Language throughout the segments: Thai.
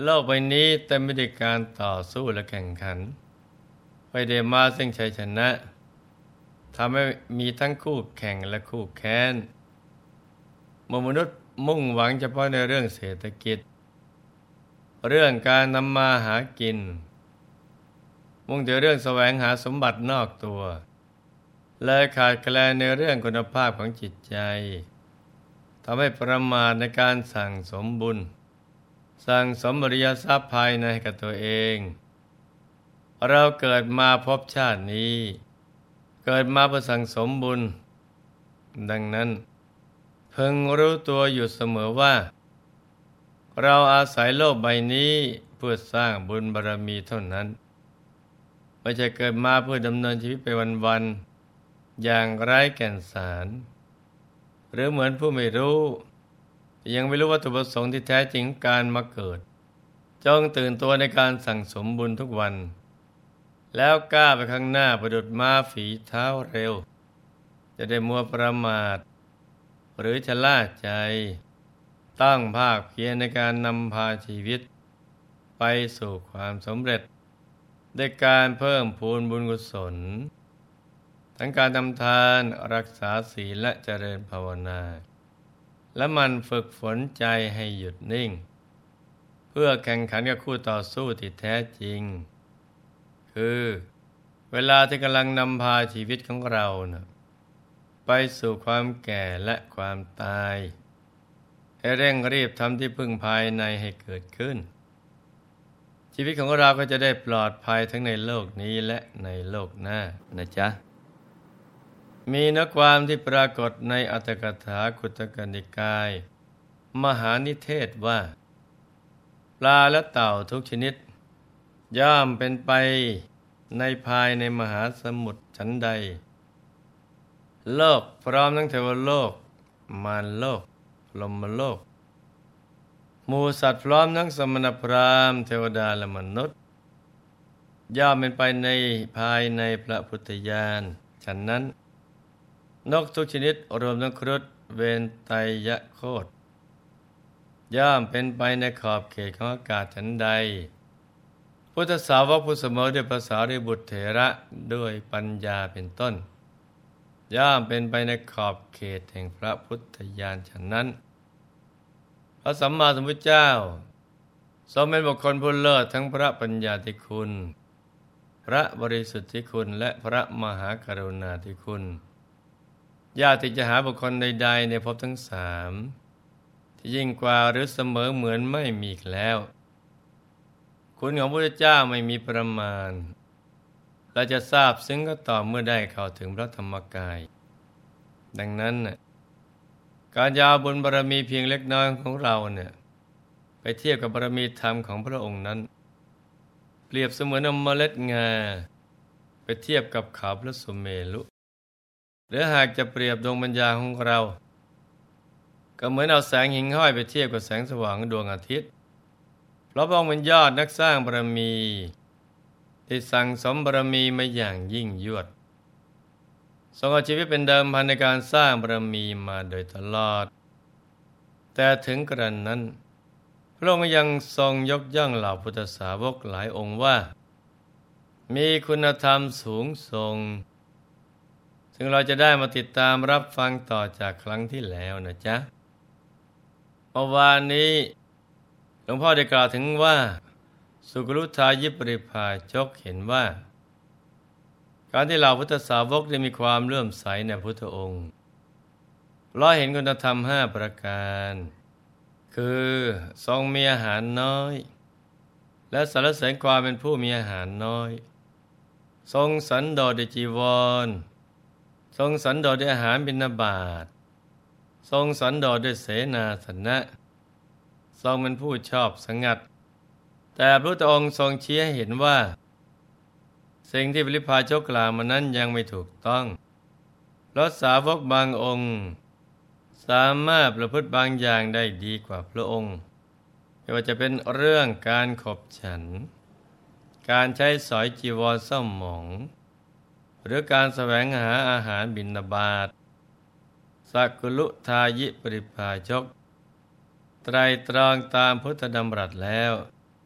โลกใบนี้เต็มไปด้วยการต่อสู้และแข่งขันไม่ได้มาซึ่งชัยชนะทำให้มีทั้งคู่แข่งและคู่แค้นมนุษย์มุ่งหวังเฉพาะในเรื่องเศรษฐกิจเรื่องการทำมาหากินมุ่งแต่เรื่องแสวงหาสมบัตินอกตัวเลยขาดแคลนในเรื่องคุณภาพของจิตใจทำให้ประมาทในการสั่งสมบุญสั่งสมอริยทรัพย์ภายในกับตัวเองเราเกิดมาพบชาตินี้เกิดมาเพื่อสั่งสมบุญดังนั้นเพิ่งรู้ตัวอยู่เสมอว่าเราอาศัยโลกใบนี้เพื่อสร้างบุญบารมีเท่านั้นไม่ใช่เกิดมาเพื่อดำเนินชีวิตไปวันๆอย่างไร้แก่นสารหรือเหมือนผู้ไม่รู้ยังไม่รู้วัตถุประสงค์ที่แท้จริงของการมาเกิดจงตื่นตัวในการสั่งสมบุญทุกวันแล้วก้าวไปข้างหน้าประดุจม้าฝีเท้าเร็วจะได้มัวประมาทหรือชะล่าใจตั้งภาคเพียรในการนำพาชีวิตไปสู่ความสำเร็จด้วยการเพิ่มพูนบุญกุศลทั้งการทำทานรักษาศีลและเจริญภาวนาและมันฝึกฝนใจให้หยุดนิ่งเพื่อแข่งขันกับคู่ต่อสู้ที่แท้จริงคือเวลาที่กำลังนำพาชีวิตของเราไปสู่ความแก่และความตายให้เร่งรีบทำที่พึ่งภายในให้เกิดขึ้นชีวิตของเราก็จะได้ปลอดภัยทั้งในโลกนี้และในโลกหน้านะจ๊ะมีเนื้อความที่ปรากฏในอัตถกถาคุตกนิกายมหานิเทศว่าปลาและเต่าทุกชนิดย่อมเป็นไปในภายในมหาสมุทรชั้นใดโลกพร้อมทั้งเทวโลกมารโลกลมโลกหมู่สัตว์พร้อมทั้งสมณพราหมณ์เทวดาและมนุษย์ย่อมเป็นไปในภายในพระพุทธญาณฉะนั้นนกทุกชนิดรวมทั้งครุฑเวนไตยโคตย่อมเป็นไปในขอบเขตของอากาศฉันใดพุทธสาวกผู้เสมอด้วยภาษาริบุตรเถระด้วยปัญญาเป็นต้นย่อมเป็นไปในขอบเขตแห่งพระพุทธญาณฉะนั้นพระสัมมาสัมพุทธเจ้าทรงเป็นบุคคลผู้เลิศทั้งพระปัญญาธิคุณพระบริสุทธิคุณและพระมหากรุณาธิคุณยากที่จะหาบุคคลใดๆในภพทั้งสามที่ยิ่งกว่าหรือเสมอเหมือนไม่มีอีกแล้วคุณของพระพุทธเจ้าไม่มีประมาณเราจะทราบซึ้งก็ต่อเมื่อได้เข้าถึงพระธรรมกายดังนั้นการยาวบุญบารมีเพียงเล็กน้อยของเราไปเทียบกับบารมีธรรมของพระองค์นั้นเปรียบเสมือนเอาเมล็ดงาไปเทียบกับเขาพระสุเมรุหรือหากจะเปรียบดวงปัญญาของเราก็เหมือนเอาแสงหิ่งห้อยไปเทียบกับแสงสว่างของดวงอาทิตย์เพราะพระองค์เป็นยอดนักสร้างบารมีที่สั่งสมบารมีมาอย่างยิ่งยวดทรงเอาชีวิตเป็นเดิมพันในการสร้างบารมีมาโดยตลอดแต่ถึงกระนั้นพระองค์ยังทรงยกย่องเหล่าพุทธสาวกหลายองค์ว่ามีคุณธรรมสูงส่งซึ่งเราจะได้มาติดตามรับฟังต่อจากครั้งที่แล้วนะจ๊ะเมื่อวานนี้หลวงพ่อได้กล่าวถึงว่าสุกรุทายิปริภาชกเห็นว่าการที่เหล่าพุทธสาวกได้มีความเลื่อมใสในพุทธองค์เพราะเห็นคุณธรรม5ประการคือทรงมีอาหารน้อยและสรรเสริญความเป็นผู้มีอาหารน้อยทรงสันโดษด้วยจีวรทรงสันโดษด้วยอาหารบิณฑบาตทรงสันโดษด้วยเสนาสนะทรงเป็นผู้ชอบสงัดแต่พระพุทธองค์ทรงชี้ให้เห็นว่าสิ่งที่ปริพาชกกล่าวมานั้นยังไม่ถูกต้องเพราะสาวกบางองค์สามารถประพฤติบางอย่างได้ดีกว่าพระองค์ไม่ว่าจะเป็นเรื่องการขบฉันการใช้สอยจีวรเศร้าหมองหรือการแสวงหาอาหารบิณฑบาตสักกุลุทายิปริภาชกไตรตรองตามพุทธดำรัสแล้ว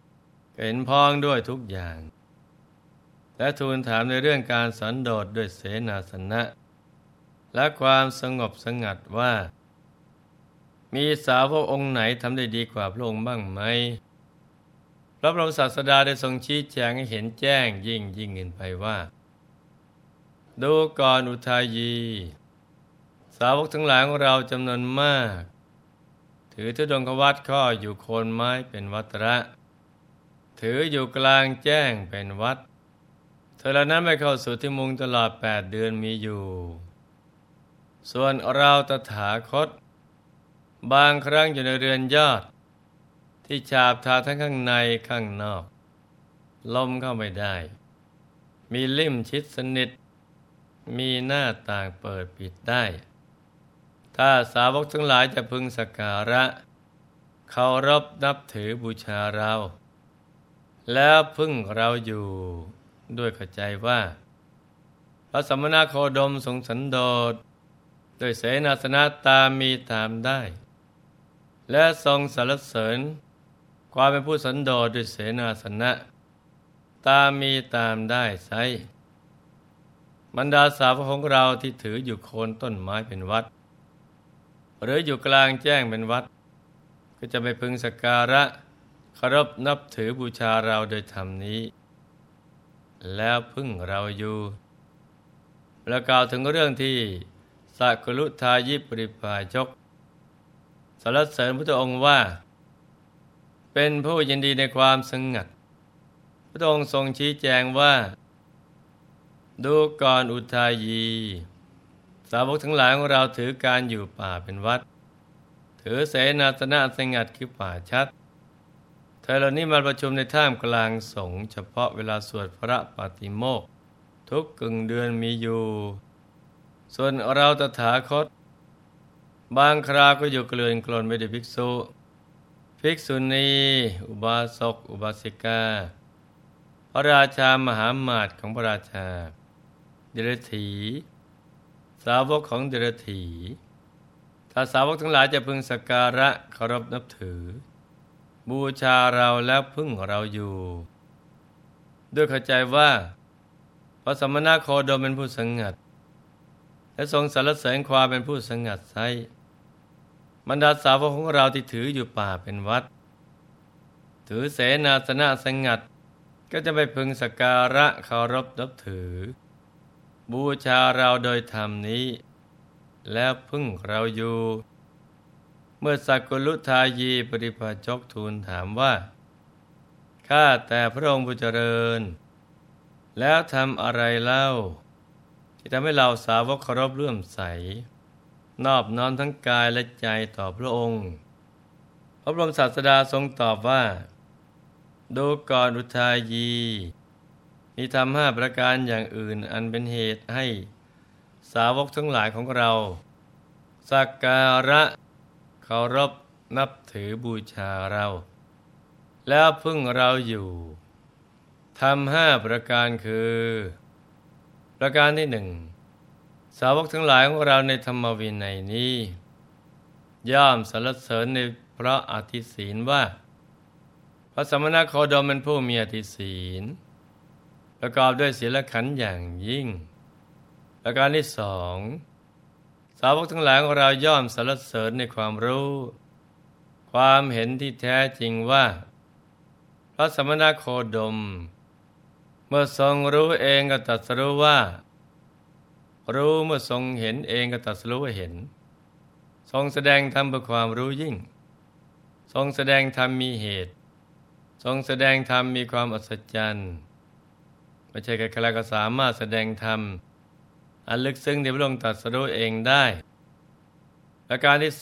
เห็นพ้องด้วยทุกอย่าง และทูลถามในเรื่องการสันโดษด้วยเสนาสนะและความสงบสงัดว่ามีสาวกองค์ไหนทำได้ดีกว่าพระองค์บ้างไหมพระบรมศาสดาได้ทรงชี้แจงให้เห็นแจ้งยิ่งขึ้นไปว่าดูก่อนอุทายีสาวกทั้งหลายของเราจำนวนมากถือธุดงควัตรข้ออยู่โคนไม้เป็นวัตระถืออยู่กลางแจ้งเป็นวัดเธอเหล่านั้นไม่เข้าสู่ที่มุงตลอด8 เดือนมีอยู่ส่วนเราตถาคตบางครั้งอยู่ในเรือนยอดที่ฉาบทาทั้งข้างในข้างนอกลมเข้าไม่ได้มีลิ่มชิดสนิทมีหน้าต่างเปิดปิดได้ถ้าสาวกทั้งหลายจะพึงสักการะเคารพนับถือบูชาเราแล้วพึ่งเราอยู่ด้วยเข้าใจว่าพระสมณโคดมทรงสันโดษด้วยเสนาสนะตามมีตามได้และทรงสรรเสริญความเป็นผู้สันโดษด้วยเสนาสนะตามมีตามได้ไซบรรดาสาวกของเราที่ถืออยู่โคนต้นไม้เป็นวัดหรืออยู่กลางแจ้งเป็นวัดก็จะไปพึงสักการะเคารพนับถือบูชาเราโดยธรรมนี้แล้วพึ่งเราอยู่แล้วกล่าวถึงเรื่องที่สักลุทายิปริภาชกสรรเสริญพระองค์ว่าเป็นผู้ยินดีในความสงัดพระองค์ทรงชี้แจงว่าดูก่อนอุทายีสาวกทั้งหลายของเราถือการอยู่ป่าเป็นวัดถือเสนาสนะสงัดคือป่าชัดเธอเหล่านี้มาประชุมในท่ามกลางสงฆ์เฉพาะเวลาสวดพระปาติโมกข์ทุกกึ่งเดือนมีอยู่ส่วนเราตถาคตบางคราวก็อยู่เกลื่อนกลนไปด้วยภิกษุณีอุบาสกอุบาสิกาพระราชามหามาตย์ของพระราชาเดรัจฉีสาวกของเดรัจฉีถ้าสาวกทั้งหลายจะพึงสักการะเคารพนับถือบูชาเราแล้วพึ่งเราอยู่ด้วยเข้าใจว่าพระสมณโคดมเป็นผู้สงัดและทรงสรรเสริญความเป็นผู้สงัดไซบรรดาสาวกของเราที่ถืออยู่ป่าเป็นวัดถือเสนาสนะสงัดก็จะไปพึงสักการะเคารพนับถือบูชาเราโดยธรรมนี้แล้วพึ่งเราอยู่เมื่อสักกุลุทายีปริภาชกทูลถามว่าข้าแต่พระองค์ผู้เจริญแล้วทำอะไรเล่าที่ทำให้เราสาวกเคารพเลื่อมใสนอบน้อมทั้งกายและใจต่อพระองค์พระบรมศาสดาทรงตอบว่าดูก่อนอุทายีมีธรรม5 ประการอย่างอื่นอันเป็นเหตุให้สาวกทั้งหลายของเราสักการะเคารพนับถือบูชาเราแล้วพึ่งเราอยู่ธรรม5 ประการคือประการที่ 1สาวกทั้งหลายของเราในธรรมวินัยนี้ย่อมสรรเสริญในพระอธิศีลว่าพระสมณโคดมเป็นผู้มีอธิศีลประกอบด้วยศีลขันธ์อย่างยิ่งประการที่ 2สาวกทั้งหลายของเราย่อมสรรเสริญในความรู้ความเห็นที่แท้จริงว่าพระสมณโคดมเมื่อทรงรู้เองก็ตรัสรู้ว่ารู้เมื่อทรงเห็นเองก็ตรัสรู้ว่าเห็นทรงแสดงธรรมเพื่อความรู้ยิ่งทรงแสดงธรรมมีเหตุทรงแสดงธรรมมีความอัศจรรย์ไม่ใช่ใครๆก็สามารถแสดงธรรมอันลึกซึ้งที่พระองค์ตรัสรู้เองได้ประการที่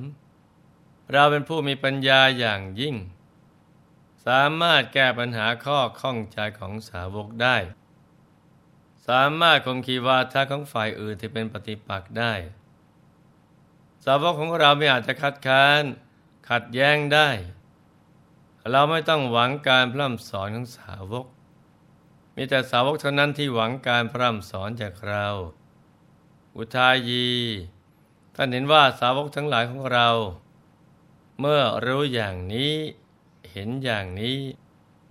3เราเป็นผู้มีปัญญาอย่างยิ่งสามารถแก้ปัญหาข้อข้องใจของสาวกได้สามารถข่มขีวาทะของฝ่ายอื่นที่เป็นปฏิปักษ์ได้สาวกของเราไม่อาจจะคัดค้านขัดแย้งได้เราไม่ต้องหวังการพร่ำสอนของสาวกมีแต่สาวกเท่านั้นที่หวังการพร่ำสอนจากเราอุทายีท่านเห็นว่าสาวกทั้งหลายของเราเมื่อรู้อย่างนี้เห็นอย่างนี้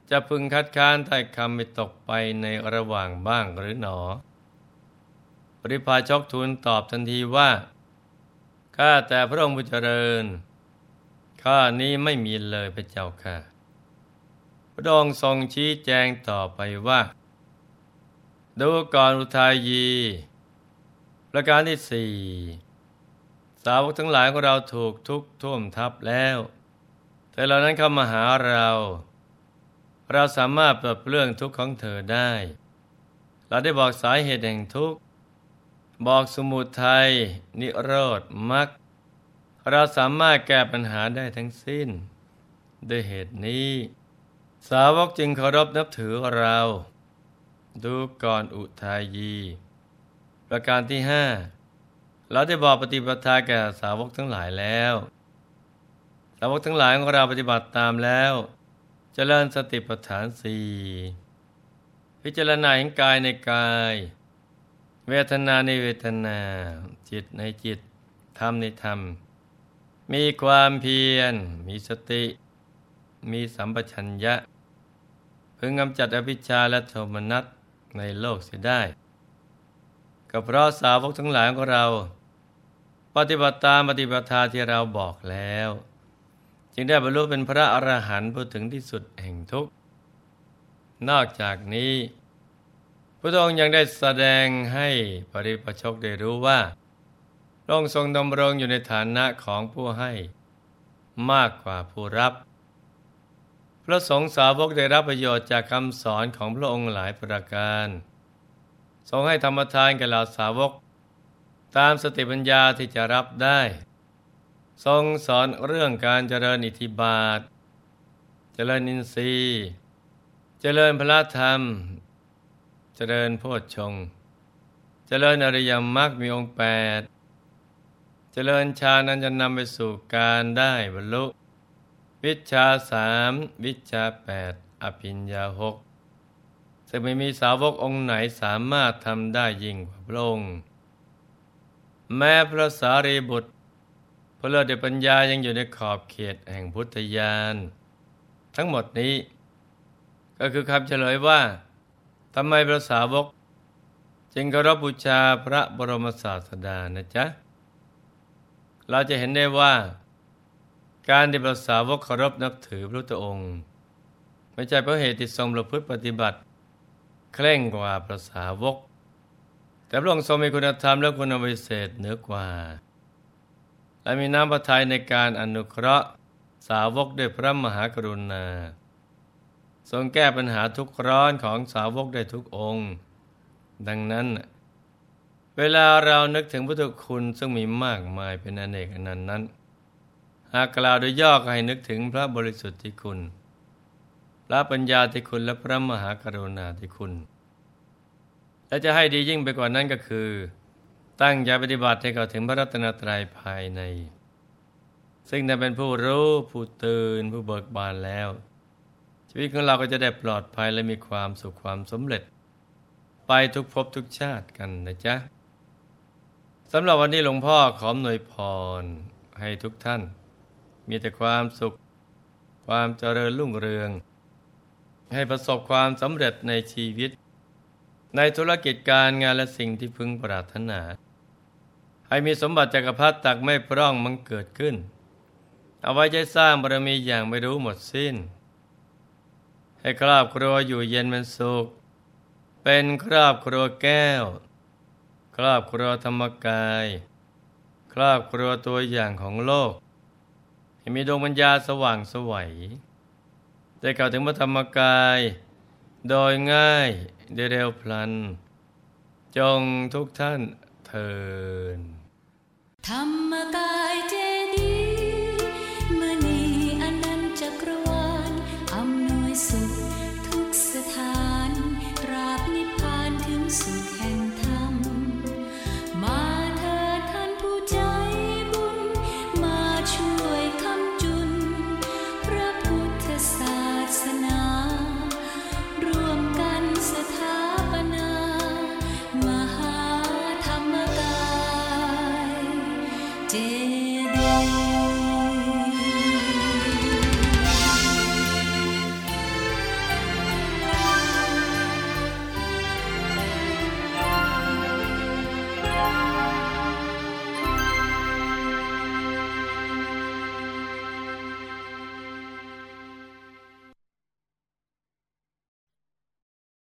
จะพึงคัดค้านถ้อยคำไม่ตกไปในระหว่างบ้างหรือหนอปริพาชกทูลตอบทันทีว่าข้าแต่พระองค์ผู้เจริญข้านี้ไม่มีเลยพระเจ้าค่ะพระองค์ทรงชี้แจงต่อไปว่าดูก่อนอุทายีประการที่สี่สาวกทั้งหลายของเราถูกทุกข์ท่วมทับแล้วแต่เหล่านั้นเข้ามาหาเราสามารถปลดเปลื้องทุกข์ของเธอได้เราได้บอกสาเหตุแห่งทุกข์บอกสมุทัยนิโรธมรรคเราสามารถแก้ปัญหาได้ทั้งสิ้นด้วยเหตุนี้สาวกจึงเคารพนับถือเราดูก่อนอุทายีประการที่ห้าเราได้บอกปฏิปทาแก่สาวกทั้งหลายแล้วสาวกทั้งหลายของเราปฏิบัติตามแล้วเจริญสติปัฏฐานสี่พิจารณาเห็นกายในกายเวทนาในเวทนาจิตในจิตธรรมในธรรมมีความเพียรมีสติมีสัมปชัญญะพึงกำจัดอภิชฌาและโทมนัสในโลกเสียได้ก็เพราะสาวกทั้งหลายของเราปฏิบัติตามปฏิปทาที่เราบอกแล้วจึงได้บรรลุเป็นพระอรหันต์ผู้ถึงที่สุดแห่งทุกข์นอกจากนี้พระองค์ยังได้แสดงให้ปริพาชกได้รู้ว่าพระองค์ทรงดำรงอยู่ในฐานะของผู้ให้มากกว่าผู้รับพระสงฆ์สาวกได้รับประโยชน์จากคำสอนของพระองค์หลายประการทรงให้ธรรมทานแก่เหล่าสาวกตามสติปัญญาที่จะรับได้ทรงสอนเรื่องการเจริญอิทธิบาทเจริญอินทรีย์เจริญพระธรรมเจริญโพชฌงค์เจริญอริยมรรคมีองค์แปดเจริญฌานนั้นจะนำไปสู่การได้บรรลุวิชชาสามวิชชาแปดอภิญญาหกซึ่งไม่มีสาวกองค์ไหนสามารถทำได้ยิ่งกว่าพระองค์แม้พระสารีบุตรผู้เลิศด้วยปัญญายังอยู่ในขอบเขตแห่งพุทธญาณทั้งหมดนี้ก็คือคำเฉลยว่าทำไมพระสาวกจึงเคารพบูชาพระบรมศาสดานะจ๊ะเราจะเห็นได้ว่าการที่พระสาวกเคารพนับถือพระพุทธองค์ไม่ใช่เพราะเหตุที่ทรงประพฤติปฏิบัติเคร่งกว่าพระสาวกแต่พระองค์ทรงมีคุณธรรมและคุณวิเศษเหนือกว่าและมีน้ำพระทัยในการอนุเคราะห์สาวกด้วยพระมหากรุณาทรงแก้ปัญหาทุกข์ร้อนของสาวกได้ทุกองค์ดังนั้นเวลาเรานึกถึงพุทธคุณซึ่งมีมากมายเป็นอเนกอนันต์นั้นหากกล่าวโดยย่อก็ให้นึกถึงพระบริสุทธิคุณพระปัญญาธิคุณและพระมหากรุณาธิคุณและจะให้ดียิ่งไปกว่านั้นก็คือตั้งใจปฏิบัติให้เข้าถึงพระรัตนตรัยภายในซึ่งได้เป็นผู้รู้ผู้ตื่นผู้เบิกบานแล้วชีวิตของเราก็จะได้ปลอดภัยและมีความสุขความสำเร็จไปทุกภพทุกชาติกันนะจ๊ะสำหรับวันนี้หลวงพ่อขออวยพรให้ทุกท่านมีแต่ความสุขความเจริญรุ่งเรืองให้ประสบความสำเร็จในชีวิตในธุรกิจการงานและสิ่งที่พึงปรารถนาให้มีสมบัติจักรพรรดิตักไม่พร่องมันเกิดขึ้นเอาไว้ใช้สร้างบารมีอย่างไม่รู้หมดสิ้นให้ครอบครัวอยู่เย็นเป็นสุขเป็นครอบครัวแก้วครอบครัวธรรมกายครอบครัวตัวอย่างของโลกให้มีดวงปัญญาสว่างไสวได้เข้าถึงพระธรรมกายโดยง่ายได้เร็วพลันจงทุกท่านเทินธรรมกายเจดีย์มณีอนันต์จักรวาลอำนวยสุข